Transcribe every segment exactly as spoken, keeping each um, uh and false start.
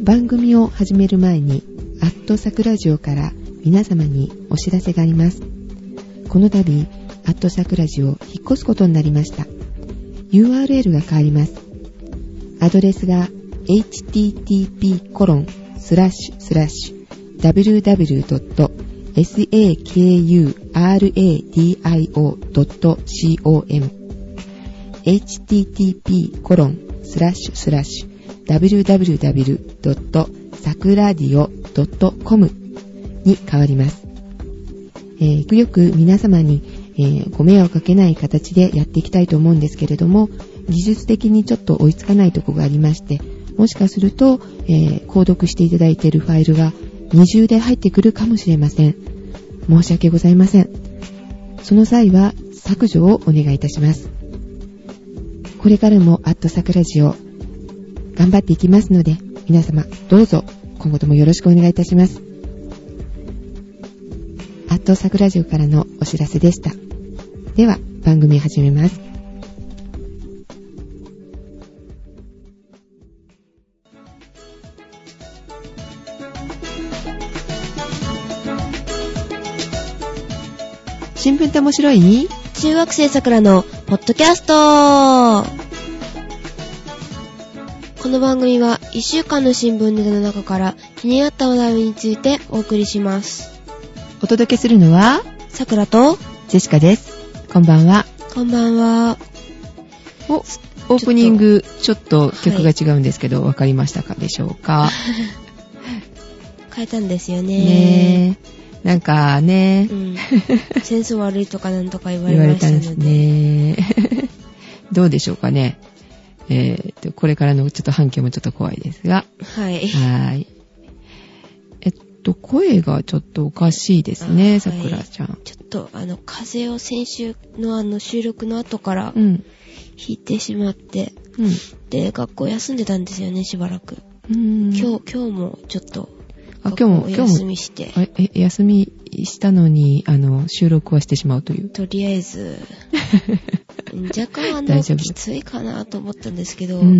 番組を始める前にアットサクラジオから皆様にお知らせがあります。この度アットサクラジオ引っ越すことになりました。 ユーアールエル が変わります。アドレスが エイチティーティーピーコロンスラッシュスラッシュダブリューダブリュードットサクラディオドットコム エイチティーティーピーコロンスラッシュスラッシュダブリューダブリューダブリュードットサクラディオドットコム に変わります。えー、よく皆様に、えー、ご迷惑かけない形でやっていきたいと思うんですけれども、技術的にちょっと追いつかないところがありまして、もしかすると、えー、購読していただいているファイルが二重で入ってくるかもしれません。申し訳ございません。その際は削除をお願いいたします。これからもアットサクラジオ頑張っていきますので、皆様どうぞ今後ともよろしくお願いいたします。アットサクラジオからのお知らせでした。では番組始めます。新聞って面白い？ 中学生さくらのポッドキャスト。この番組はいっしゅうかんの新聞ネタの中から気になった話題についてお送りします。 お届けするのはさくらとジェシカです。こんばんは。 こんばんは。 お、オープニングちょっと曲が違うんですけど、わ、はい、かりましたかでしょうか？ 変えたんですよね。 ねえ。なんかね、うん、 センス悪いとかなんとか言われましたので。言われたんですね。 どうでしょうかね。えーと、これからのちょっと反響もちょっと怖いですが。 はい。 はい。えっと、声がちょっとおかしいですね、さくらちゃん。 ちょっと、あの、風邪を先週のあの、収録の後から、うん、引いてしまって、うん、で、学校休んでたんですよね、しばらく。うん今日、今日もちょっと、 あ、今日も、 お休みして。 あえ、休みしたのに、あの、収録はしてしまうという。 とりあえず、若干あの、きついかなと思ったんですけど、うんうん、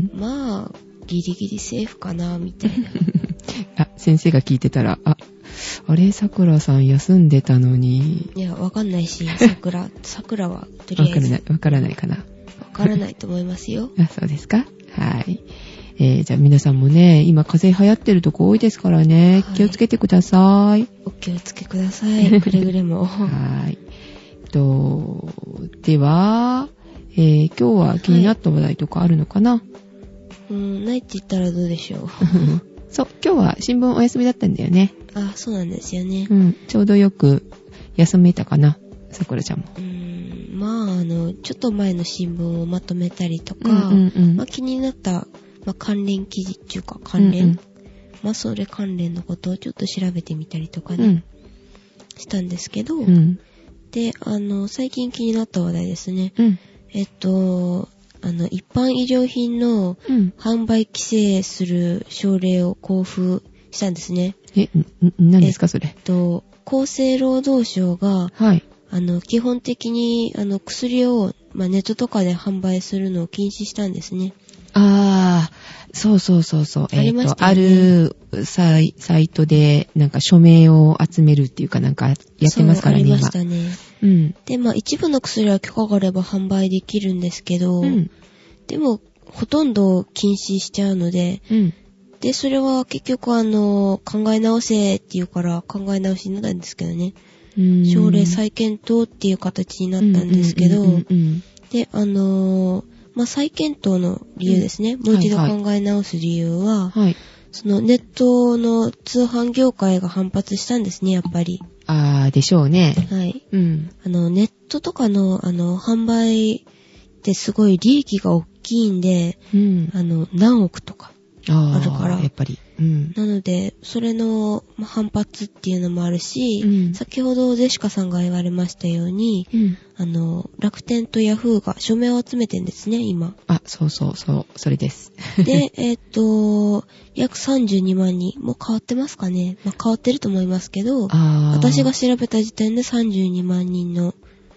まあ、ギリギリセーフかな、みたいな。 あ、先生が聞いてたら、あ、あれ、さくらさん休んでたのに。 いや、わかんないし、さくら、さくらは、とりあえず。 わからない、わからないかな。 わからないと思いますよ。 あ、そうですか？はい。えー、じゃあ皆さんもね、今風邪流行ってるとこ多いですからね、はい、気をつけてください。 お気をつけください。くれぐれも。 はい。と、では、えー、今日は気になった話題とかあるのかな？はい、 うーん、ないって言ったらどうでしょう。 そう、今日は新聞お休みだったんだよね。 あ、そうなんですよね。 うん、ちょうどよく休めたかな、さくらちゃんも。 うーん、まあ、あの、ちょっと前の新聞をまとめたりとか、うんうんうん、まあ、気になったまあ、関連記事っていうか関連、うんうん、まあそれ関連のことをちょっと調べてみたりとかね、うん、したんですけど、うん、で、あの最近気になった話題ですね、うん、えっとあの一般医療品の販売規制する省令を交付したんですね。 え、何ですかそれ？ えっと厚生労働省が、はい、あの基本的にあの薬を、まあ、ネットとかで販売するのを禁止したんですね。 ああ、そうそうそうそう。ありましたね。えー、と、あるサイ、サイトで、なんか署名を集めるっていうかなんかやってますからね、今。 ありましたね。うん。で、まあ一部の薬は許可があれば販売できるんですけど、うん、でも、ほとんど禁止しちゃうので、うん、で、それは結局あの、考え直せっていうから考え直しになったんですけどね。省令再検討っていう形になったんですけど、で、あのー、まあ、再検討の理由ですね。うん、もう一度考え直す理由は、はいはい、そのネットの通販業界が反発したんですね、やっぱり。 あー、でしょうね。 はい。うん。あの、ネットとかの、あの、販売ってすごい利益が大きいんで、うん、あの、何億とかあるから。 やっぱり。うん、 なので、それの、まあ、反発っていうのもあるし、うん、先ほどゼシカさんが言われましたように、うん、あの、楽天とヤフーが署名を集めてんですね、今。 あ、そうそうそう、それです。 で、えっと、約さんじゅうにまんにん、もう変わってますかね。まあ、変わってると思いますけど、私が調べた時点でさんじゅうにまんにんの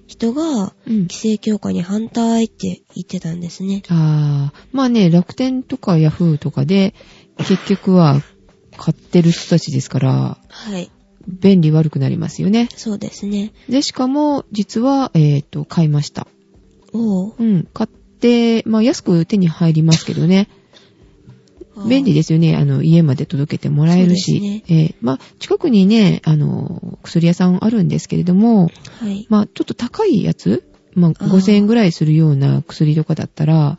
人が規制強化に反対って言ってたんですね。 うん、ああ、まあね、楽天とかヤフーとかで結局は買ってる人たちですから、 はい。 便利悪くなりますよね。 そうですね。 で、しかも実はえっと買いました。 おう。 うん、買って、まあ安く手に入りますけどね。便利ですよね。あの、家まで届けてもらえるし。ね、えー、まあ、近くにね、あの、薬屋さんあるんですけれども、はい。まあ、ちょっと高いやつ、まあ、ごせんえんぐらいするような薬とかだったら、はい、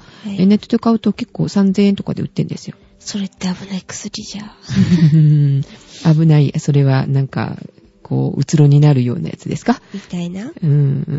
ネットで買うと結構さんぜんえんとかで売ってんですよ。 それって危ない薬じゃ。 危ない。それは、なんか、こう、うつろになるようなやつですかみたいな。 うん。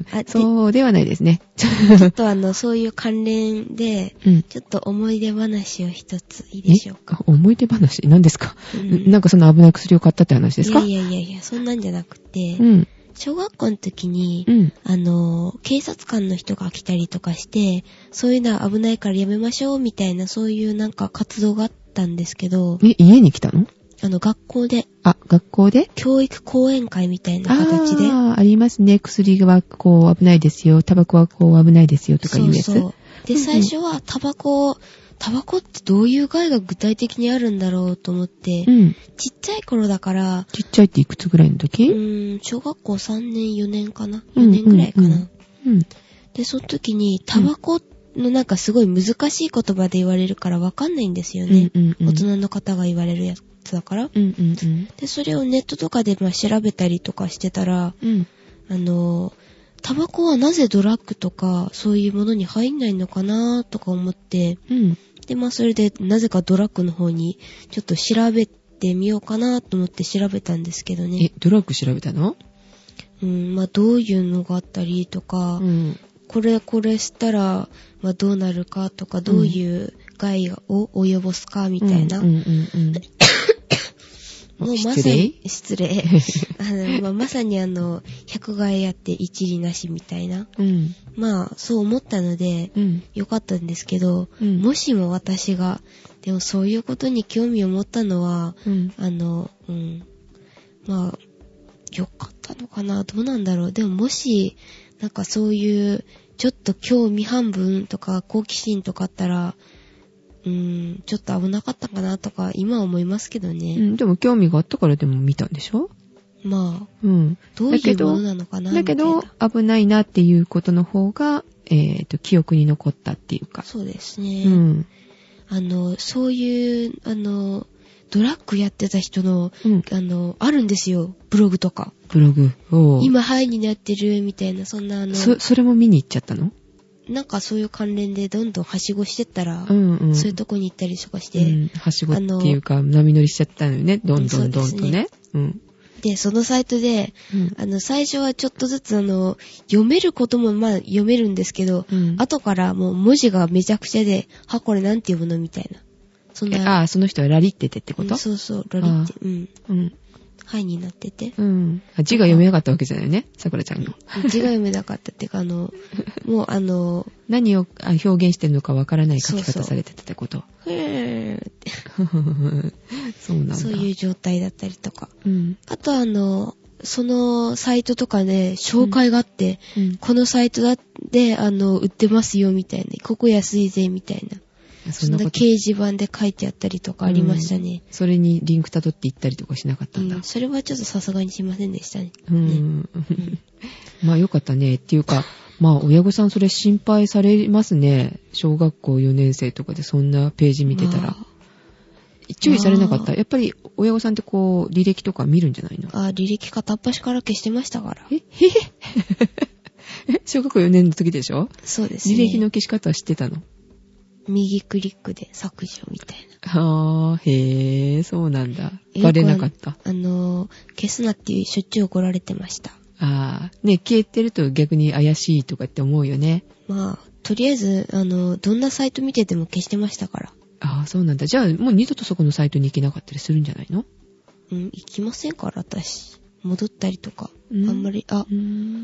あ、そうではないですね。 ちょっとあの、そういう関連で、うん、ちょっと思い出話を一ついいでしょうか。 思い出話何ですか、うん、なんかその危ない薬を買ったって話ですか？ いやいやいやいや、そんなんじゃなくて、うん、小学校の時に、うん、あの、警察官の人が来たりとかして、そういうのは危ないからやめましょうみたいな、そういうなんか活動があったんですけど。 え、家に来たの？ あの、学校で。 あ、学校で？ 教育講演会みたいな形で。 ああ、ありますね。薬はこう危ないですよ。タバコはこう危ないですよとかいうやつ。そうそう。 で、最初はタバコ、タバコってどういう害が具体的にあるんだろうと思って、うん、ちっちゃい頃だから。 ちっちゃいっていくつぐらいの時？ うーん、小学校さんねん、よねんかな。よねんぐらいかな。うんうんうん、で、その時にタバコのなんかすごい難しい言葉で言われるからわかんないんですよね。うんうんうん、大人の方が言われるやつ。だから、うんうんうん、でそれをネットとかでまあ調べたりとかしてたら、うん、あのタバコはなぜドラッグとかそういうものに入んないのかなとか思って、うん、でまあそれでなぜかドラッグの方にちょっと調べてみようかなと思って調べたんですけどね。 え、ドラッグ調べたの？ うん、まあどういうのがあったりとか、うん、これこれしたらまあどうなるかとか、どういう害を及ぼすかみたいな。うんうんうんうんもうまさに、失礼。あの、まあ、まさにあの、百害あって一理なしみたいな。うん、まあ、そう思ったので、うん、よかったんですけど、うん、もしも私が、でもそういうことに興味を持ったのは、うん、あの、うん、まあ、よかったのかな、どうなんだろう。でももし、なんかそういう、ちょっと興味半分とか好奇心とかあったら、うーん、ちょっと危なかったかなとか今思いますけどね。 うん、でも興味があったからでも見たんでしょ？ まあ、うん、どういうものなのかなみたいな。 だけど危ないなっていうことの方が、えっと記憶に残ったっていうか。 そうですね。うん、あのそういうあのドラッグやってた人の、うん、あのあるんですよブログとか。 ブログ。お今ハイになってるみたいなそんなあの。 そそれも見に行っちゃったの？ なんかそういう関連でどんどんはしごしてったら、うんうん、そういうとこに行ったりとかして、うん、 はしごっていうか波乗りしちゃったのよね、どんどんどんとね。うん、 で、そのサイトで、うん、あの最初はちょっとずつあの読めることもまあ読めるんですけど、うん、後からもう文字がめちゃくちゃで、はこれなんて読むのみたいな。 そんなああ、その人はラリっててってこと？ うん、そうそうラリって、うん、うん。はいになってて。 うん。字が読めなかったわけじゃないね、さくらちゃんの。 字が読めなかったっていうか、あの、もうあの、 何を表現してるのかわからない書き方されてたってこと。そうそうへーって。 そうなんだ。 そういう状態だったりとか。うん、あとあの、そのサイトとかで紹介があって、うんうん、このサイトだってあの売ってますよみたいな、ここ安いぜみたいな。そんな掲示板で書いてあったりとかありましたね。 うん、それにリンク辿って行ったりとかしなかったんだ。うん、 それはちょっとさすがにしませんでしたね。 うん。ねまあよかったね。っていうか、まあ親御さんそれ心配されますね。小学校よねん生とかでそんなページ見てたら。まあ、注意されなかった。やっぱり親御さんってこう履歴とか見るんじゃないの？ あ、履歴片っ端から消してましたから。 えへへ小学校よねんの時でしょ？ そうですね。 履歴の消し方は知ってたの？ 右クリックで削除みたいな。 はぁ、へぇ、そうなんだ。バレなかった。 あの、消すなってしょっちゅう怒られてました。 ああ、ね、消えてると逆に怪しいとかって思うよね。 まあ、とりあえず、あの、どんなサイト見てても消してましたから。 ああ、そうなんだ。じゃあ、もう二度とそこのサイトに行けなかったりするんじゃないの？ うん、行きませんから、私。戻ったりとか。うん、あんまり、あ、うん、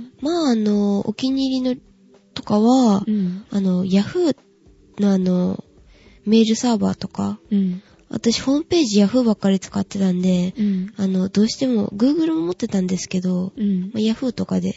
まあ、あの、お気に入りのとかは、うん、あの、ヤフー、のあの、メールサーバーとか、うん、私ホームページ Yahoo ばっかり使ってたんで、うん、あの、どうしても Google も持ってたんですけど、うんまあ、Yahoo とかで、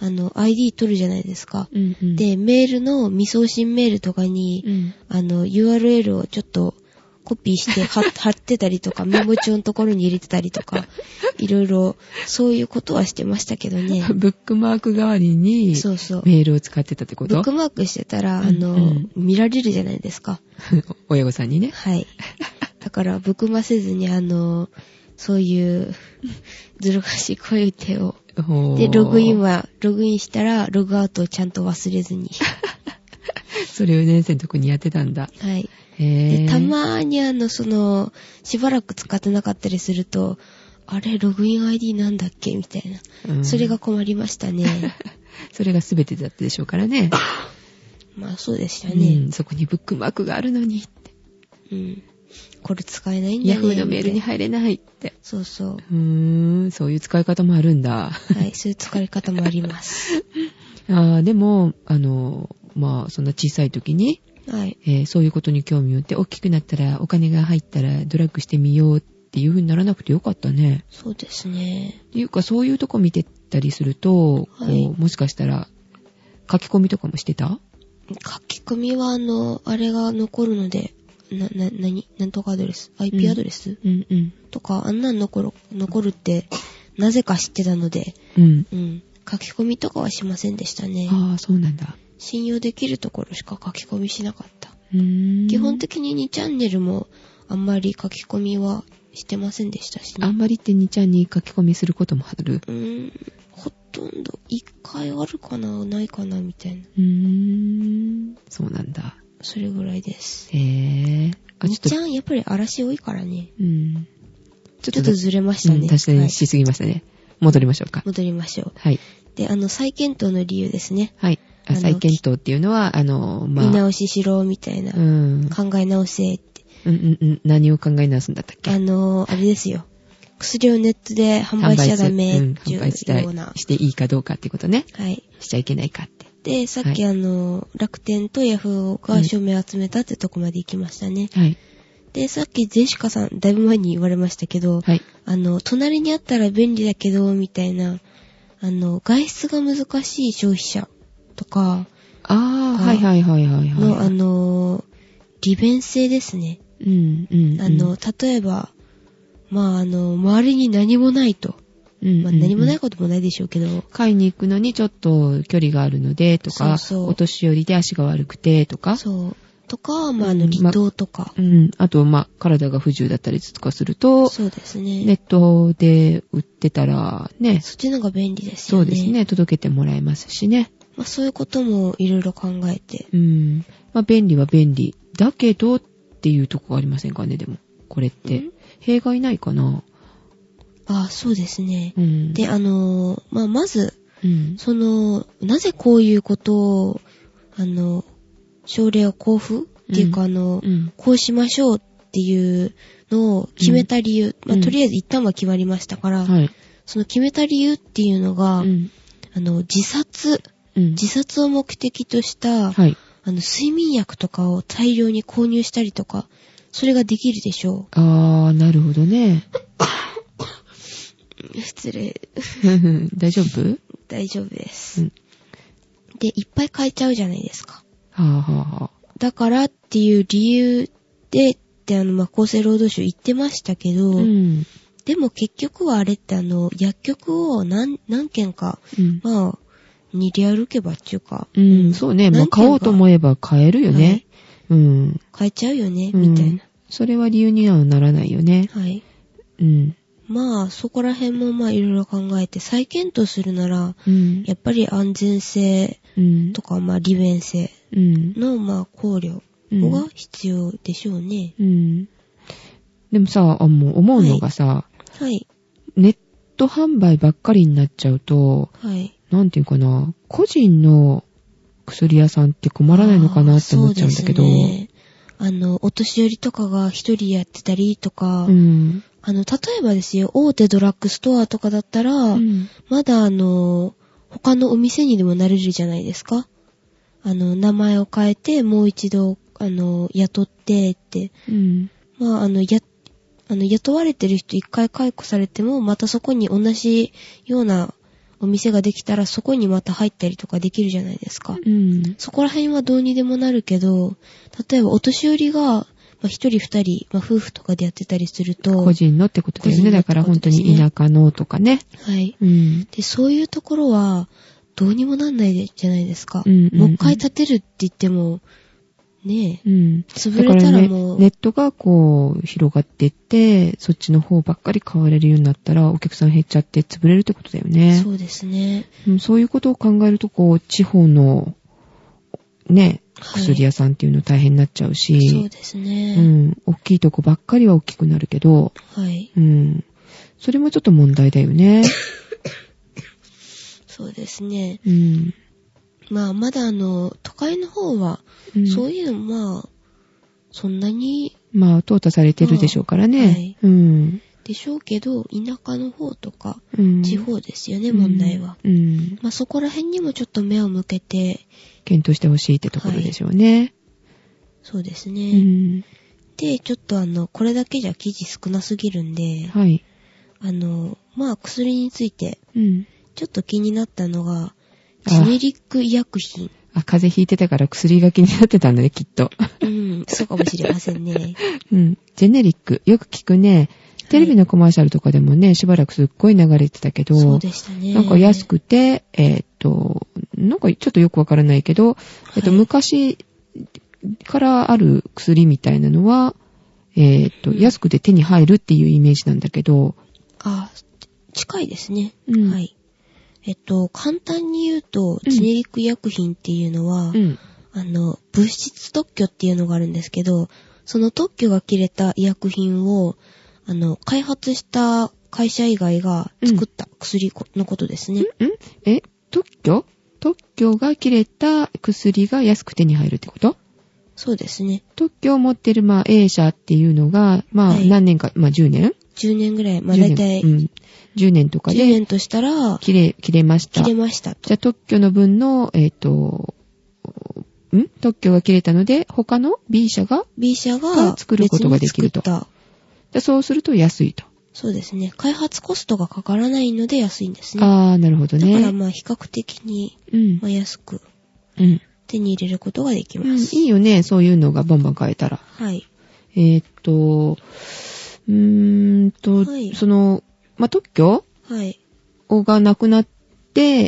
あの、アイディー 取るじゃないですか。 うんうん、 で、メールの未送信メールとかに、うん、あの、ユーアールエル をちょっとコピーして貼ってたりとか、メモ帳のところに入れてたりとか、いろいろそういうことはしてましたけどね。 ブックマーク代わりに、そうそう。メールを使ってたってこと？ ブックマークしてたら、あの、うんうん、見られるじゃないですか。 親御さんにね。 はい。だから、ブックマせずに、あの、そういう、ずる賢い手を。で、ログインは、ログインしたら、ログアウトをちゃんと忘れずに。 それを年生のとこにやってたんだ。 はい。で、たまーにあの、その、しばらく使ってなかったりすると、あれ、ログイン アイディー なんだっけみたいな、うん。それが困りましたね。 それが全てだったでしょうからね。 まあ、そうでしたね、 うん。そこにブックマークがあるのにって。 うん。これ使えないんだね。 ヤフーのメールに入れないって。 そうそう。 うーん、そういう使い方もあるんだ。 はい、そういう使い方もあります。 ああ、でも、あの、まあ、そんな小さい時に、はいえー、そういうことに興味を持って、大きくなったらお金が入ったらドラッグしてみようっていう風にならなくてよかったね。 そうですね。 っていうか、そういうとこ見てたりすると、はい、こうもしかしたら書き込みとかもしてた？ 書き込みは、あの、あれが残るので、な、な、なに、なんとかアドレス ?アイピー アドレス、うんうんうん、とか、あんなん残る、残るって、なぜか知ってたので、うん。うん。書き込みとかはしませんでしたね。 ああ、そうなんだ。 信用できるところしか書き込みしなかった。うーん。基本的ににチャンネルも、あんまり書き込みはしてませんでしたしね。 あんまりってにちゃんに書き込みすることもある？ うーん。ほとんど、いっかいあるかな、ないかな、みたいな。 うーん。そうなんだ。 それぐらいです。 へぇー。 あ、にちゃん、やっぱり嵐多いからね。 うん。 ちょっとずれましたね。うん、 確かにしすぎましたね、はい。戻りましょうか。 戻りましょう。 はい。 で、あの、再検討の理由ですね。 はい。あ再検討っていうのは、あの、まあ。 見直ししろ、みたいな。うん。考え直せって。 うんうんうん。何を考え直すんだったっけ？ あの、あれですよ。薬をネットで販売しちゃダメっていうような。販売していいかどうかっていうことね。 はい。 しちゃいけないかって。 で、さっき、はい、あの、楽天とヤフーが署名を集めたってとこまで行きましたね。はい。で、さっきゼシカさん、だいぶ前に言われましたけど、はい。あの、隣にあったら便利だけど、みたいな、あの、外出が難しい消費者とか、 ああ、はいはいはいはい、はい。 の、あの、利便性ですね。うん、うん、うん。あの、例えば、まあ、あの、周りに何もないと。うんうんうん、まあ、何もないこともないでしょうけど。 買いに行くのにちょっと距離があるので、とか、そうそうお年寄りで足が悪くて、とか。 そう。とか、まあ、あの、離島とか。 うん、ま、うん。あと、まあ、体が不自由だったりとかすると、 そうですね。 ネットで売ってたら、ね。 そっちの方が便利ですよね。 そうですね。届けてもらえますしね。 まあ、そういうこともいろいろ考えて。 うん。まあ、便利は便利。だけど、っていうとこありませんかね、でも。これって。弊害ないかな？ ああ、そうですね。うん、で、あのー、まあ、まず、うん、その、なぜこういうことを、あの、症例を交付っていうか、うん、あの、うん、こうしましょうっていうのを決めた理由、うん、まあ、とりあえず一旦は決まりましたから、はい、その決めた理由っていうのが、うん、あの、自殺、うん、自殺を目的とした、はい、あの、睡眠薬とかを大量に購入したりとか、それができるでしょう。 あー、なるほどね。 失礼。 大丈夫？ 大丈夫です、うん。で、いっぱい買えちゃうじゃないですか。 はぁはぁはぁ。 だからっていう理由で、ってあの、まあ、厚生労働省言ってましたけど、うん、でも結局はあれってあの、薬局を何、何件か、うん、まあ、にり歩けばっていうか。 うん、うん、そうね。まあ、買おうと思えば買えるよね。はい、うん。 買えちゃうよね、みたいな。 それは理由にはならないよね。はい。 うん。まあ、そこら辺もまあいろいろ考えて、再検討するなら、うん、やっぱり安全性とか、うん、まあ利便性のまあ考慮が必要でしょうね。うん。うん、 でもさ、あもう思うのがさ、はい、はい。ネット販売ばっかりになっちゃうと、はい。なんていうかな、個人の薬屋さんって困らないのかなって思っちゃうんだけど。そうですね。 あの、お年寄りとかが一人やってたりとか、うん、あの、例えばですよ、大手ドラッグストアとかだったら、うん、まだあの、他のお店にでもなれるじゃないですか。あの、名前を変えて、もう一度、あの、雇ってって。うん、まあ、あの、や、あの、雇われてる人一回解雇されても、またそこに同じようなお店ができたらそこにまた入ったりとかできるじゃないですか。 うん。 そこら辺はどうにでもなるけど、例えばお年寄りが、まあ、一人二人、まあ、夫婦とかでやってたりすると。 個人のってことだよね。だから本当に田舎のとかね。 はい。 うん。 で、そういうところは、どうにもなんないじゃないですか。 うんうんうん、 もう一回建てるって言っても、ねえ、うん、潰れたらもう、 ね、ネットがこう広がっていってそっちの方ばっかり買われるようになったらお客さん減っちゃって潰れるってことだよね。 そうですね、 うん、そういうことを考えるとこう地方のね薬屋さんっていうの大変になっちゃうし、 はい、そうですね、 うん、大きいとこばっかりは大きくなるけど、 はい、 うん、それもちょっと問題だよね。 そうですね、 うん、 まあまだあの都会の方は、うん、そういうのまあそんなにまあ淘汰されてるでしょうからね、まあ、はい、うん、 でしょうけど田舎の方とか、うん、地方ですよね、問題は、 うん、 まあそこら辺にもちょっと目を向けて検討してほしいってところでしょうね、はい、 そうですね、 うん、 でちょっとあのこれだけじゃ記事少なすぎるんで、 はい、 あのまあ薬について、 うん、 ちょっと気になったのがジェネリック医薬品。 あ、風邪ひいてたから薬が気になってたんだね、きっと。 うん、そうかもしれませんね。 うん。ジェネリック。よく聞くね。テレビのコマーシャルとかでもね、しばらくすっごい流れてたけど、 そうでしたね。 なんか安くて、えー、っと、なんかちょっとよくわからないけど、はい、えっと、昔からある薬みたいなのは、えー、っと、うん、安くて手に入るっていうイメージなんだけど。 あ、近いですね。 うん、 はい。えっと、簡単に言うと、ジェネリック医薬品っていうのは、うん、あの、物質特許っていうのがあるんですけど、その特許が切れた医薬品を、あの、開発した会社以外が作った薬のことですね。 うん、んえ、特許特許が切れた薬が安く手に入るってこと？ そうですね。 特許を持ってる、まあ、A 社っていうのが、まあ、何年か、はい、まあ、じゅうねん ? じゅうねんぐらい。まあ、だいたい、 うん。じゅうねんとかで。 じゅうねんとしたら、 切れ、切れました。 切れましたと。 じゃあ特許の分の、えっと、ん特許が切れたので、他の B 社が ?B 社が作ることができると。でそうすると安いと。 そうですね。開発コストがかからないので安いんですね。 ああ、なるほどね。 だからまあ比較的に、うん、まあ、安く、うん、手に入れることができます、うん。 いいよね、そういうのがバンバン買えたら。 はい。 えー、っと、うーんと、はい、その、まあ、特許はい。 がなくなって、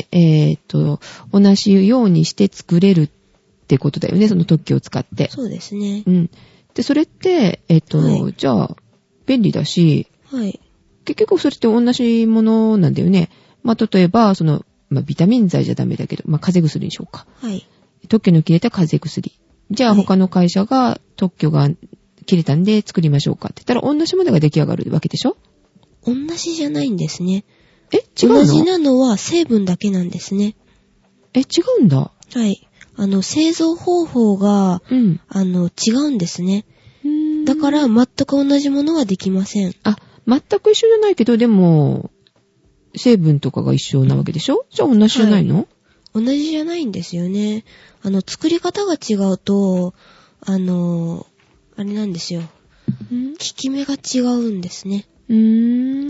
えー、っと、同じようにして作れるってことだよね、その特許を使って。 そうですね。 うん。で、それって、えー、っと、はい、じゃあ、便利だし、 はい。 結局それって同じものなんだよね。まあ、例えば、その、まあ、ビタミン剤じゃダメだけど、まあ、風邪薬にしようか。 はい。 特許の切れた風邪薬。じゃあ、他の会社が特許が切れたんで作りましょうかって言ったら、同じものが出来上がるわけでしょ？ 同じじゃないんですね。 え？違うの？ 同じなのは成分だけなんですね。 え、違うんだ。 はい。あの、製造方法が、うん、あの、違うんですね。うーんだから、全く同じものはできません。 あ、全く一緒じゃないけど、でも、成分とかが一緒なわけでしょ？じゃあ同じじゃないの？はい、 同じじゃないんですよね。あの、作り方が違うと、あの、あれなんですよ。効き目が違うんですね。 うーん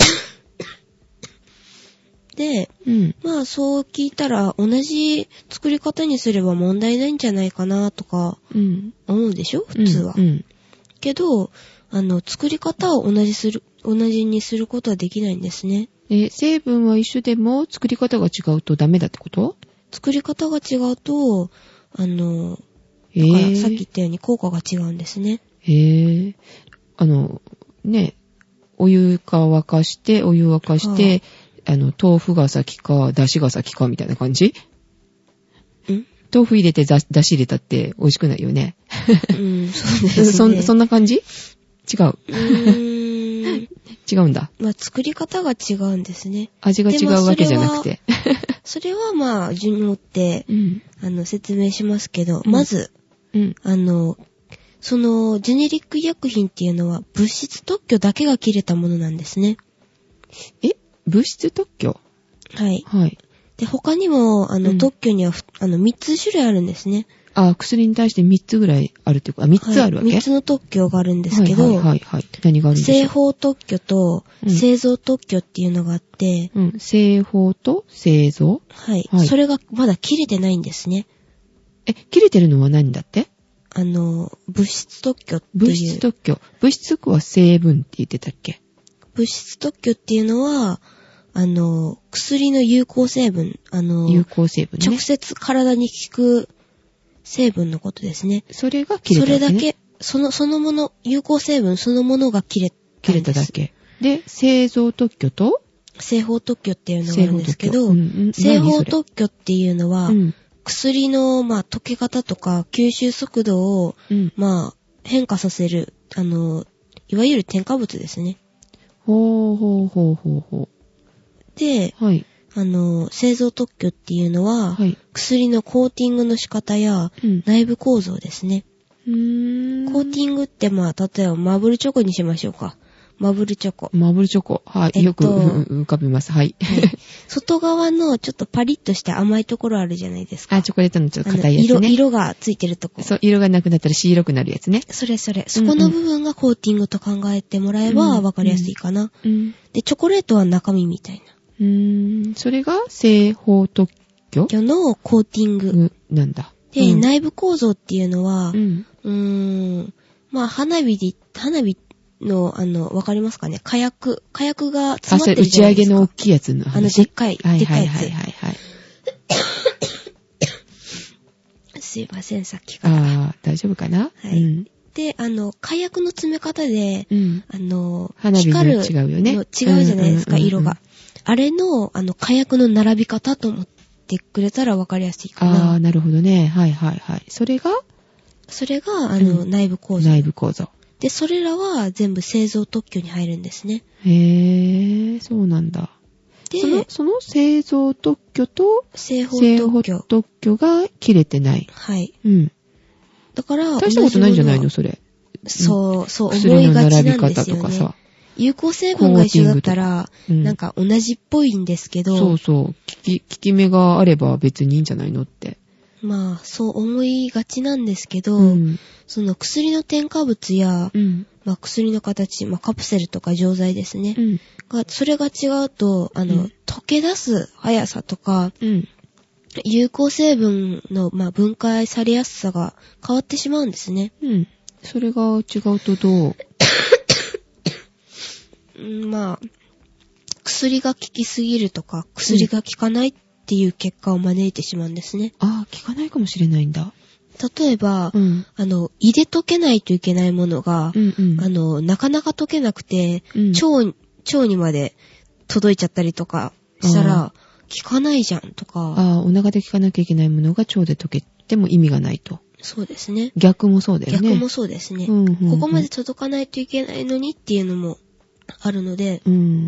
で、うん、まあそう聞いたら同じ作り方にすれば問題ないんじゃないかなとか思うでしょ、普通は、うんうん。けど、あの、作り方を同じする、同じにすることはできないんですね。 え、成分は一緒でも作り方が違うとダメだってこと？ 作り方が違うと、あの、だからさっき言ったように効果が違うんですね。 へぇー。あの、ね、お湯か沸かして、お湯沸かして、はあ、あの、豆腐が先か、出汁が先かみたいな感じ？ん豆腐入れて出汁入れたって美味しくないよね。 うん、そうですね。 そん、そんな感じ？違う。 うーん違うんだ。 まあ、作り方が違うんですね。 味が違うわけじゃなくて。 それはまあ、順に追って、うん、あの、説明しますけど、うん、まず、うん、あの、その、ジェネリック医薬品っていうのは、物質特許だけが切れたものなんですね。 え？物質特許？ はい。 はい。 で、他にも、あの、うん、特許には、あの、みっつ種類あるんですね。 あ、薬に対してみっつぐらいあるっていうか、あ、みっつあるわけ、はい、 みっつの特許があるんですけど、 はいはいはい、はい。何があるんでしょう。 製法特許と製造特許っていうのがあって、 うん、製法と製造、 はい、はい。それがまだ切れてないんですね。 え、切れてるのは何だって？ あの、物質特許っていう。 物質特許。物質特許は成分って言ってたっけ？ 物質特許っていうのは、あの、薬の有効成分、あの、 有効成分ね。 直接体に効く成分のことですね。 それが切れただけ、ね。 それだけ、その、そのもの、有効成分そのものが切れたんです。 切れただけ。で、製造特許と製法特許っていうのがあるんですけど、 うんうん、 製法特許っていうのは、うん、薬の、まあ、溶け方とか吸収速度を、うん、まあ、変化させる、あの、いわゆる添加物ですね。 ほうほうほうほうほう。 で、はい、あの、製造特許っていうのは、はい、薬のコーティングの仕方や、うん、内部構造ですね。うーんコーティングって、まあ、例えばマブルチョコにしましょうか。マブルチョコ。 マブルチョコ。はい。えっと、よく浮かびます。はい。はい、 外側のちょっとパリッとして甘いところあるじゃないですか。 あ、チョコレートのちょっと硬いやつね。 色、色がついてるとこ。 そう、色がなくなったら白くなるやつね。 それそれ。そこの部分がコーティングと考えてもらえばわかりやすいかな、うんうん。で、チョコレートは中身みたいな。 うーん。それが製法特許のコーティング。 なんだ。 で、うん、内部構造っていうのは、うん、うーん。まあ、花火で、花火の、あの、わかりますかね？火薬、火薬が詰まってるじゃないですか。 打ち上げの大きいやつの話。 あの、でっかい、 はい、 でっかいやつ。 はいはいはいはい。 すいません、さっきから。 ああ、大丈夫かな？ はい。うん、で、あの、火薬の詰め方で、うん、あの、 花火の違うよね。 違うじゃないですか、うんうんうんうん、色が。あれの、あの、火薬の並び方と思ってくれたらわかりやすいかな。 ああ、なるほどね。はいはいはい。それがそれが、あの、うん、内部構造。 内部構造。 で、それらは全部製造特許に入るんですね。 へー、そうなんだ。で、その、その製造特許と製法特許。 特許が切れてない。 はい。 うん。 だから、 大したことないんじゃないのそれ。 そう、そう、思いがちなんですよね。薬の並び方とかさ。有効成分が一緒だったら、うん、なんか同じっぽいんですけど。 そうそう。効き、効き目があれば別にいいんじゃないのって。 まあ、そう思いがちなんですけど、うん、その薬の添加物や、うん、まあ薬の形、まあカプセルとか錠剤ですね。うん、がそれが違うと、あの、うん、溶け出す速さとか、うん、有効成分の、まあ、分解されやすさが変わってしまうんですね。 うん。それが違うとどうまあ、薬が効きすぎるとか、薬が効かないっていう結果を招いてしまうんですね。 うん、ああ、効かないかもしれないんだ。 例えば、うん、あの、胃で溶けないといけないものが、うんうん、あの、なかなか溶けなくて、うん、腸、腸にまで届いちゃったりとかしたら、効かないじゃんとか。 ああ、お腹で効かなきゃいけないものが腸で溶けても意味がないと。 そうですね。 逆もそうだよね。 逆もそうですね。うんうんうん、ここまで届かないといけないのにっていうのもあるので。 うん。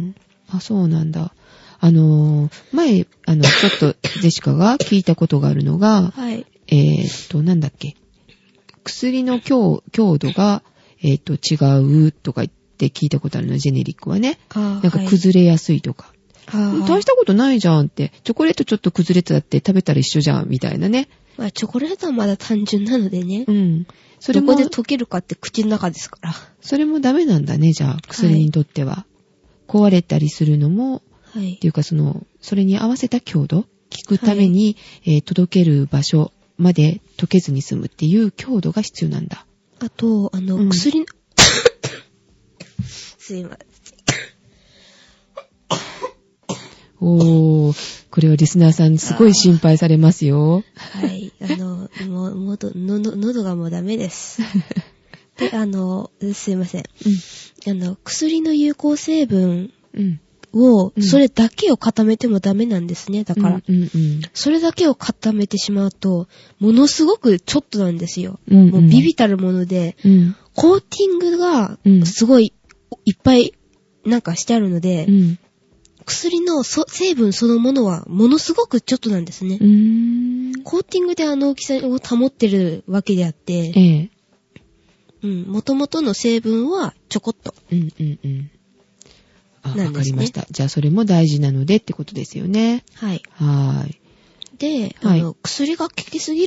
あ、そうなんだ。あのー、前、あの、ちょっとジェシカが聞いたことがあるのが、はい。えーっと、なんだっけ。薬の強、強度が、えーっと、違うとか言って聞いたことあるの、ジェネリックはね。なんか崩れやすいとか。はい、大したことないじゃんって。チョコレートちょっと崩れてたって食べたら一緒じゃん、みたいなね。 まあ、チョコレートはまだ単純なのでね。うん。それも。どこで溶けるかって口の中ですから。 それもダメなんだね、じゃあ、薬にとっては。はい、壊れたりするのも、はい。っていうか、その、それに合わせた強度、効くために、はい、えー、届ける場所まで溶けずに済むっていう強度が必要なんだ。 あと、あの、うん、薬の、すいません。 おー、これはリスナーさんすごい心配されますよ。 はい、あの、もう、もう、のど、喉がもうダメです。で、あの、すいません。うん、あの、薬の有効成分を、うん、それだけを固めてもダメなんですね。だから、うんうんうん、それだけを固めてしまうと、ものすごくちょっとなんですよ。うんうん、もうビビたるもので、うん、コーティングがすごいいっぱいなんかしてあるので、うん、薬の成分そのものはものすごくちょっとなんですね。うーん、コーティングであの大きさを保ってるわけであって、ええ、うん、元々の成分はちょこっと。うんうんうん。 あ、わかりました。じゃあそれも大事なのでってことですよね。 はい。 はーい。 で、あの、はい、薬が効きすぎるっ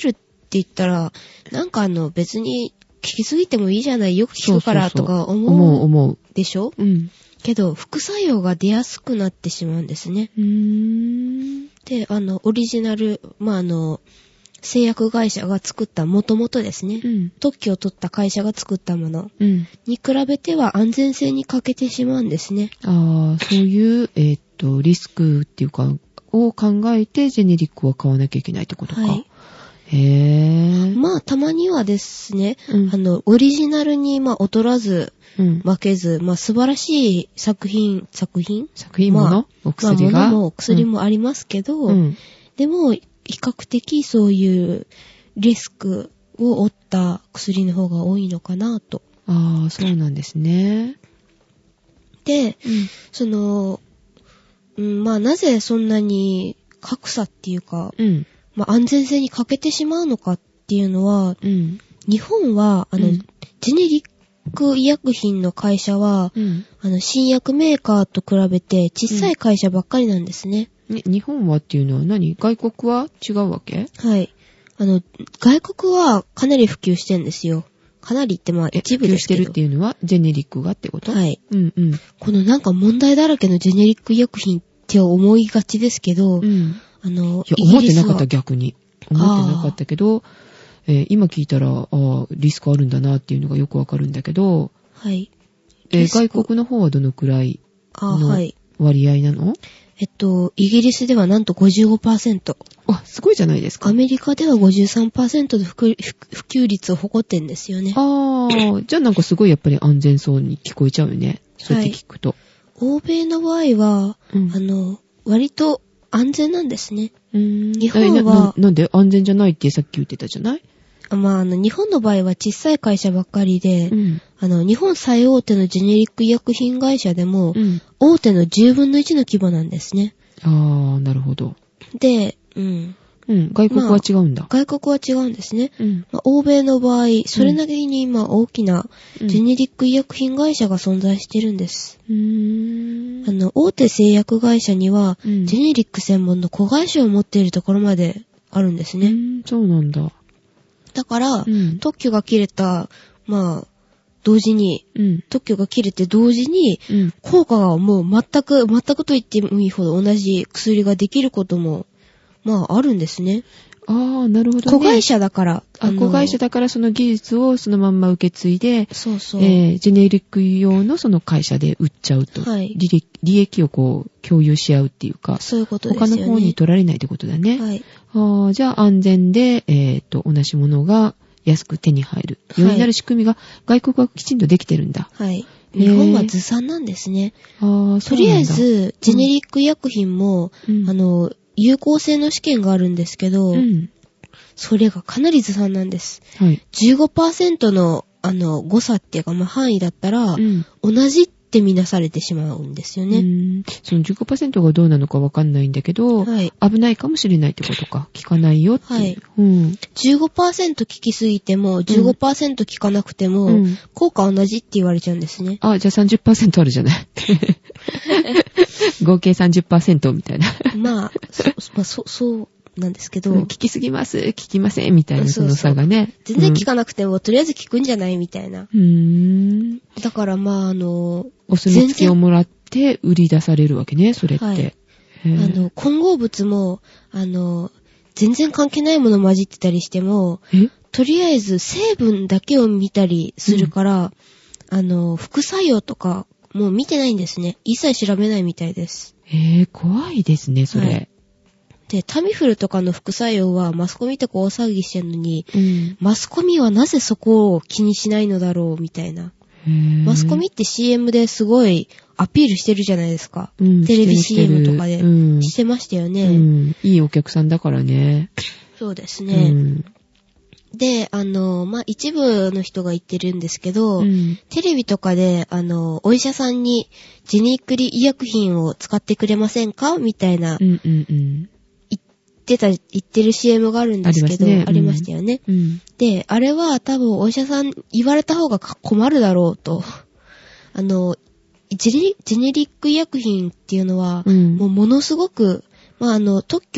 言ったら、なんかあの別に効きすぎてもいいじゃない、よく効くからとか思う。思う思う。でしょ？うん。けど、副作用が出やすくなってしまうんですね。うーん。で、あの、オリジナル、まあ、あの、製薬会社が作った元々ですね、うん、特許を取った会社が作ったものに比べては安全性に欠けてしまうんですね。 ああ、そういう、えー、っと、リスクっていうか、を考えてジェネリックを買わなきゃいけないってことか。はい。へぇー。 まあ、たまにはですね、うん、あの、オリジナルに、まあ、劣らず、うん、負けず、まあ、素晴らしい作品、作品作品もの、まあ、お薬が、 まあ、物も薬もありますけど、うん、でも、比較的そういうリスクを負った薬の方が多いのかなと。 ああ、そうなんですね。 で、うん、その、うん、まあ、なぜそんなに格差っていうか、うん、まあ、安全性に欠けてしまうのかっていうのは、うん、日本は、あの、うん、ジェネリック医薬品の会社は、うん、あの、新薬メーカーと比べて小さい会社ばっかりなんですね。 うん、ね、日本はっていうのは何？外国は違うわけ？ はい。あの、外国はかなり普及してんですよ。かなりってまあ一部ですけど。 普及してるっていうのはジェネリックがってこと？ はい。うんうん。このなんか問題だらけのジェネリック医薬品って思いがちですけど、うん、あの、 いや、思ってなかった逆に。思ってなかったけど、えー、今聞いたら、ああ、リスクあるんだなっていうのがよくわかるんだけど、はい。えー、外国の方はどのくらいの割合なの？はい、 えっと、イギリスではなんと ごじゅうごパーセント。 あ、すごいじゃないですか。 アメリカでは ごじゅうさんパーセント の普及率を誇ってんですよね。 ああ、じゃあなんかすごいやっぱり安全そうに聞こえちゃうよね。そうやって聞くと。 はい、欧米の場合は、うん、あの、割と安全なんですね。うーん、日本はな、な、なんで安全じゃないってさっき言ってたじゃない？ まあ、あの、日本の場合は小さい会社ばっかりで、うん、あの、日本最大手のジェネリック医薬品会社でも、うん、大手のじゅうぶんのいちの規模なんですね。 ああ、なるほど。 で、うん。 うん、外国は違うんだ。 まあ、外国は違うんですね。うんまあ、欧米の場合、それなりに今大きなジェネリック医薬品会社が存在してるんです。うーん、あの、大手製薬会社には、うん、ジェネリック専門の子会社を持っているところまであるんですね。うーん、そうなんだ。 だから、うん、特許が切れた、まあ、同時に、うん、特許が切れて同時に、うん、効果がもう全く、全くと言ってもいいほど同じ薬ができることも、まあ、あるんですね。 ああ、なるほどね。 子会社だから。 あ、子会社だからその技術をそのまんま受け継いで、 そうそう。 えー、ジェネリック用のその会社で売っちゃうと。はい。利、利益をこう、共有し合うっていうか。 そういうことですよね。 他の方に取られないってことだね。はい。ああ、じゃあ安全で、えっと、同じものが安く手に入る。ようになる仕組みが外国はきちんとできてるんだ。 はい。日本はずさんなんですね。ああ、そうなんだ。とりあえず、ジェネリック医薬品も、うん、あの、有効性の試験があるんですけど、うん、それがかなりずさんなんです。はい、じゅうごパーセント の、あの、誤差っていうか、まあ、範囲だったら、うん、同じって見なされてしまうんですよね。うーん、その じゅうごパーセント がどうなのかわかんないんだけど、はい、危ないかもしれないってことか。効かないよっていう。はい、 うん、じゅうごパーセント 効きすぎても、じゅうごパーセント 効かなくても、うん、効果同じって言われちゃうんですね。 あ、じゃあ さんじゅっパーセント あるじゃない。合計 さんじゅっパーセント みたいな。 まあ、そ、まあ、そ、そうなんですけど。 うん、効きすぎます、効きません、みたいなその差がね。 そうそう全然効かなくても、うん、とりあえず効くんじゃないみたいな。うーん。だからまあ、あの、 お墨付きをもらって売り出されるわけね、それって。はい、 あの、混合物も、あの、全然関係ないもの混じってたりしても、とりあえず成分だけを見たりするから、うん、あの、副作用とか、もう見てないんですね。一切調べないみたいです。 へぇ、怖いですね、それ。はい、 で、タミフルとかの副作用はマスコミとか大騒ぎしてんのに、うん、マスコミはなぜそこを気にしないのだろうみたいな。マスコミって シーエム ですごいアピールしてるじゃないですか。うん、テレビ シーエム とかで、うん、してましたよね、うん。 いいお客さんだからね。 そうですね。うんで、あの、まあ、一部の人が言ってるんですけど、うん、テレビとかで、あの、お医者さんにジェネリック医薬品を使ってくれませんかみたいな、うんうんうん、言ってた、言ってる シーエム があるんですけど、ありますね、ありましたよね、うん。で、あれは多分お医者さん言われた方が困るだろうと。あの、ジェネリック医薬品っていうのは、うん、もうものすごく、まあ、あの、特許、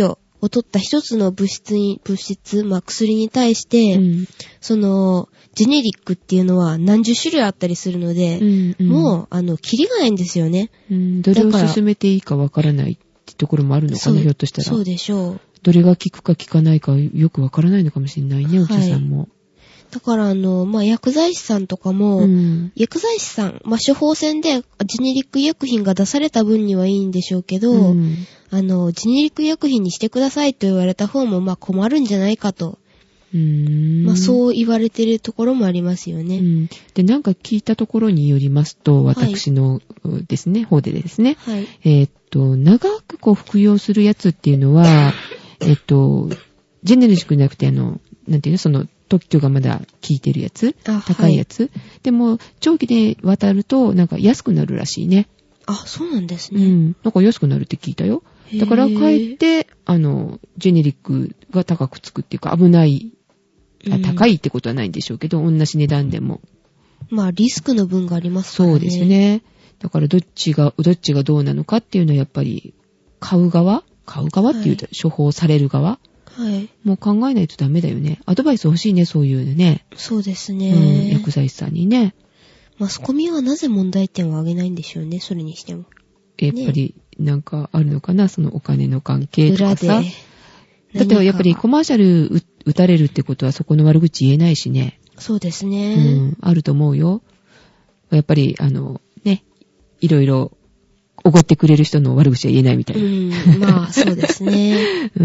を取った一つの物質に、物質、まあ薬に対して、うん、その、ジェネリックっていうのは何十種類あったりするので、うんうん、もう、あの、キリがないんですよね。 うん、どれを進めていいかわからないってところもあるのかな、ひょっとしたら。 そうでしょう。 どれが効くか効かないかよくわからないのかもしれないね、お医者さんも。はい、 だからあの、まあ、薬剤師さんとかも、うん、薬剤師さん、まあ、処方箋でジェネリック医薬品が出された分にはいいんでしょうけど、うん、あの、ジェネリック医薬品にしてくださいと言われた方も、まあ、困るんじゃないかと。うーん、まあ、そう言われてるところもありますよね。うん、 で、なんか聞いたところによりますと、私のですね、はい、方でですね、はい、えー、っと、長くこう服用するやつっていうのは、えっと、ジェネリックじゃなくて、あの、なんていうの、その、特許がまだ効いてるやつ、高いやつ、はい、でも、長期で渡ると、なんか安くなるらしいね。 あ、そうなんですね。 うん。なんか安くなるって聞いたよ。だから、かえって、あの、ジェネリックが高くつくっていうか、危ない、あ、高いってことはないんでしょうけど、同じ値段でも。 まあ、リスクの分がありますからね。 そうですね。だから、どっちが、どっちがどうなのかっていうのは、やっぱり、買う側買う側っていうと、はい、処方される側はい。もう考えないとダメだよね。アドバイス欲しいね、そういうね。 そうですね。 うん、薬剤師さんにね。 マスコミはなぜ問題点を挙げないんでしょうね、それにしても。 やっぱり、なんかあるのかな、そのお金の関係とかさ。裏で。だってやっぱりコマーシャル打たれるってことはそこの悪口言えないしね。 そうですね。 うん、あると思うよ。やっぱり、あの、ね、いろいろ、おごってくれる人の悪口は言えないみたいな。 うん、まあ、そうですね。 うん。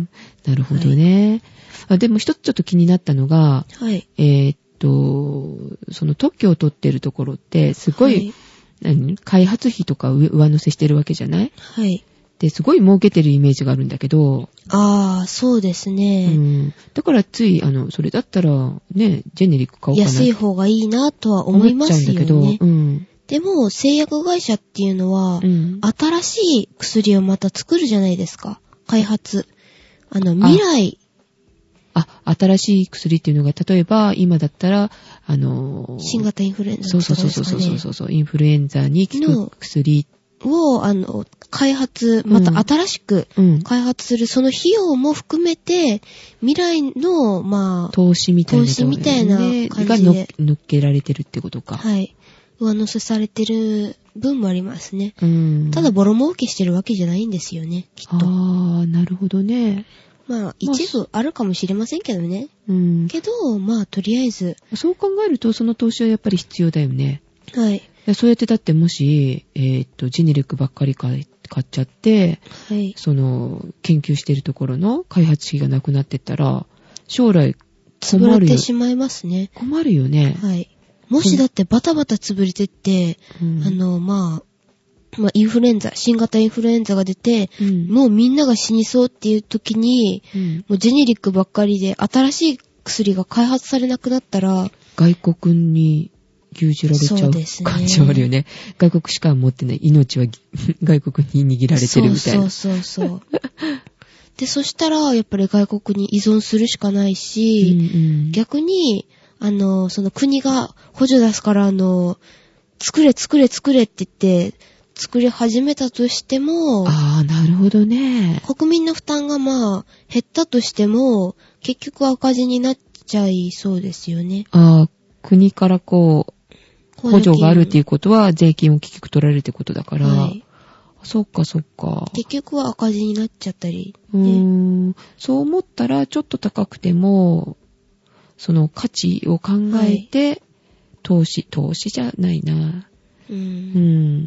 なるほどね。はい、あでも一つちょっと気になったのが、はい、えー、っと、その特許を取ってるところって、すごい、はい、何開発費とか上乗せしてるわけじゃない？はい。で、すごい儲けてるイメージがあるんだけど。 ああ、そうですね。 うん。だからつい、あの、それだったら、ね、ジェネリック買おうかな。 安い方がいいなとは思いますよね。思っちゃうんだけど、うん。でも、製薬会社っていうのは、うん、新しい薬をまた作るじゃないですか。開発。あの、未来。 あ、あ新しい薬っていうのが、例えば、今だったら、あのー、 新型インフルエンザとかですかね。 そうそうそうそうそうそう、インフルエンザに効く薬を、あの、開発、また新しく開発する、うん、その費用も含めて、未来の、まあ、 投資みたいな、 投資みたいな感じで。 が乗っけられてるってことか。 はい。上乗せされてる分もありますね。うん、ただボロ儲けしてるわけじゃないんですよね、きっと。 ああ、なるほどね。 まあ、一部あるかもしれませんけどね。うん、けど、まあ、とりあえず。 そう考えると、その投資はやっぱり必要だよね。 はい。 そうやってだってもし、えー、っと、ジェネリックばっかり買っちゃって、はい。その、研究してるところの開発費がなくなってったら、将来困るよ。 潰れてしまいますね。 困るよね。 はい。もしだってバタバタ潰れてって、うん、あの、まあ、まあ、インフルエンザ、新型インフルエンザが出て、うん、もうみんなが死にそうっていう時に、うん、もうジェネリックばっかりで新しい薬が開発されなくなったら、 外国に牛耳られちゃう感じはあるよね。外国しか持ってない命は外国に握られてるみたいな。 そうそうそうそう。で、そしたら、やっぱり外国に依存するしかないし、うんうん、逆に、あの、その国が補助出すから、あの、作れ作れ作れって言って、作り始めたとしても、 ああ、なるほどね。 国民の負担がまあ、減ったとしても、結局赤字になっちゃいそうですよね。 ああ、国からこう、補助があるっていうことは、税金を結局取られるってことだから、はい、そっかそっか。 結局は赤字になっちゃったり、 ね。うーん、そう思ったら、ちょっと高くても、その価値を考えて、はい、投資、投資じゃないな。うん。うん。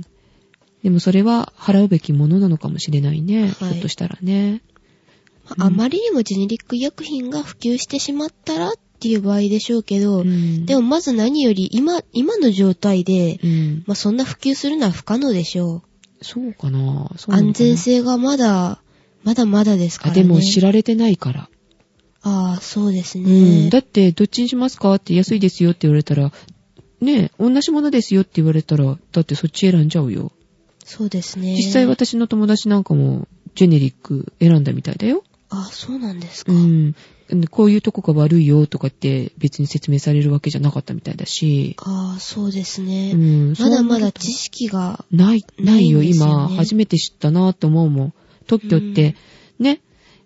でもそれは払うべきものなのかもしれないね。はい、ひょっとしたらね。 あ、うん、あまりにもジェネリック医薬品が普及してしまったらっていう場合でしょうけど、うん、でもまず何より今、今の状態で、うん、まあそんな普及するのは不可能でしょう。そうかな。 そうなのかな。安全性がまだ、まだまだですからね。 あ、でも知られてないから。 ああ、そうですね。 うん。だって、どっちにしますかって安いですよって言われたら、ねえ、同じものですよって言われたら、だってそっち選んじゃうよ。 そうですね。 実際私の友達なんかも、ジェネリック選んだみたいだよ。 ああ、そうなんですか。 うん。こういうとこが悪いよとかって別に説明されるわけじゃなかったみたいだし。 ああ、そうですね。うん。まだまだ知識がない、ないよ、今。初めて知ったなと思うもん。特許って、うん、ね。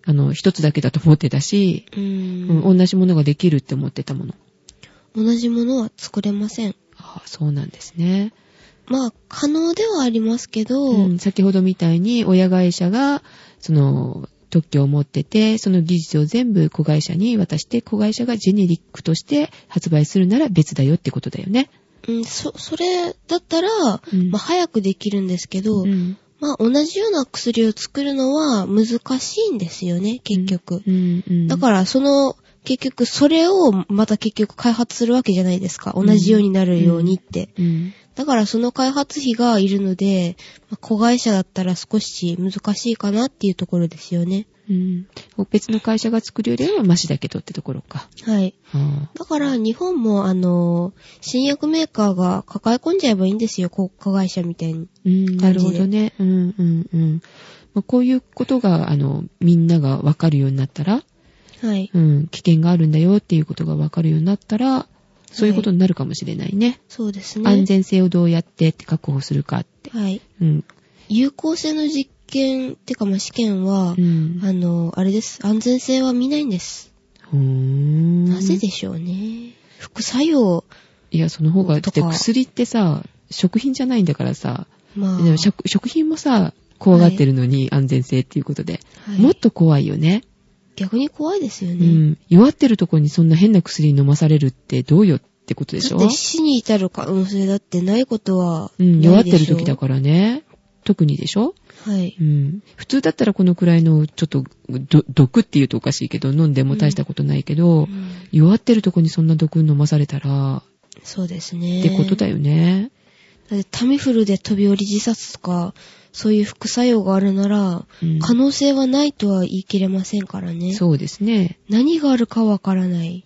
あの、一つだけだと思ってたし、うーん、うん、同じものができるって思ってたもの。 同じものは作れません。 ああ、そうなんですね。 まあ、可能ではありますけど、 うん、先ほどみたいに親会社が、その、特許を持ってて、その技術を全部子会社に渡して、子会社がジェネリックとして発売するなら別だよってことだよね。 うん、そ、それだったら、うん、まあ、早くできるんですけど、うん、まあ、同じような薬を作るのは難しいんですよね、結局。うんうんうん、だから、その、結局、それをまた結局開発するわけじゃないですか。同じようになるようにって。うんうん、だから、その開発費がいるので、まあ、子会社だったら少し難しいかなっていうところですよね。 うん、別の会社が作るよりはマシだけどってところか。 はい。はあ、だから日本もあの新薬メーカーが抱え込んじゃえばいいんですよ、子会社みたいに。 うん、なるほどね。うんうんうん。まあ、こういうことがあのみんながわかるようになったら、はい。うん、危険があるんだよっていうことがわかるようになったら、そういうことになるかもしれないね。はい、 そうですね。 安全性をどうやってって確保するかって。 はい。うん。有効性の実試験ってかまあ試験は、うん、あのあれです、安全性は見ないんです。うーん、なぜでしょうね。副作用、 いやその方がだって薬ってさ食品じゃないんだからさ、まあ、食, 食品もさ怖がってるのに、はい、安全性っていうことで、はい、もっと怖いよね。 逆に怖いですよね。 うん、弱ってるとこにそんな変な薬飲まされるってどうよってことでしょ。 だって死に至る可能性だってないことはないでしょ。 うん、弱ってる時だからね。特にでしょ。はい。うん。普通だったらこのくらいのちょっと毒って言うとおかしいけど飲んでも大したことないけど、うん、弱ってるとこにそんな毒飲まされたら、 そうですね。 ってことだよね。 だってタミフルで飛び降り自殺とかそういう副作用があるなら、うん、可能性はないとは言い切れませんからね。 そうですね。 何があるかわからない。 うん。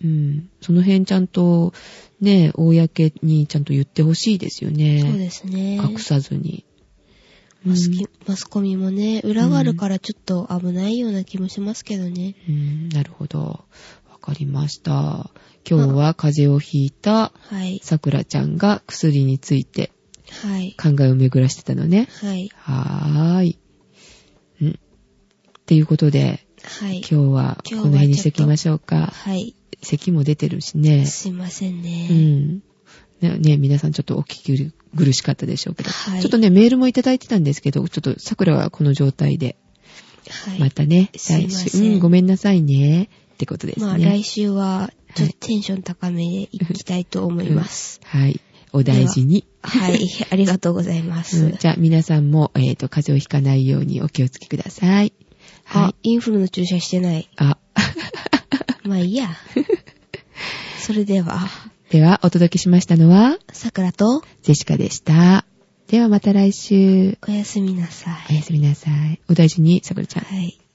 その辺ちゃんとね、公にちゃんと言ってほしいですよね。 そうですね。 隠さずに。 マス, マスコミもね、裏があるからちょっと危ないような気もしますけどね。 うん、なるほど。わかりました。今日は風邪をひいたさくらちゃんが薬について考えを巡らしてたのね。はい。はーい。うん。っていうことで、はい、今日はこの辺にしておきましょうか。はい。咳も出てるしね。 すいませんね。 うん。ね、ね、皆さんちょっとお聞き苦しかったでしょうけど、はい、ちょっとねメールもいただいてたんですけど、ちょっと桜はこの状態で、はい、またね来週、うん、ごめんなさいねってことですね。まあ来週はちょっとテンション高めでいきたいと思います。 うん、はい、お大事に。 はい、ありがとうございます。 うん、じゃあ皆さんもえっと風邪をひかないようにお気をつけください。 はい。あ、インフルの注射してない。あ、まあいいや。それでは。 では、お届けしましたのは、 さくらと、 ジェシカでした。ではまた来週。 おやすみなさい。 おやすみなさい。お大事に、さくらちゃん。はい。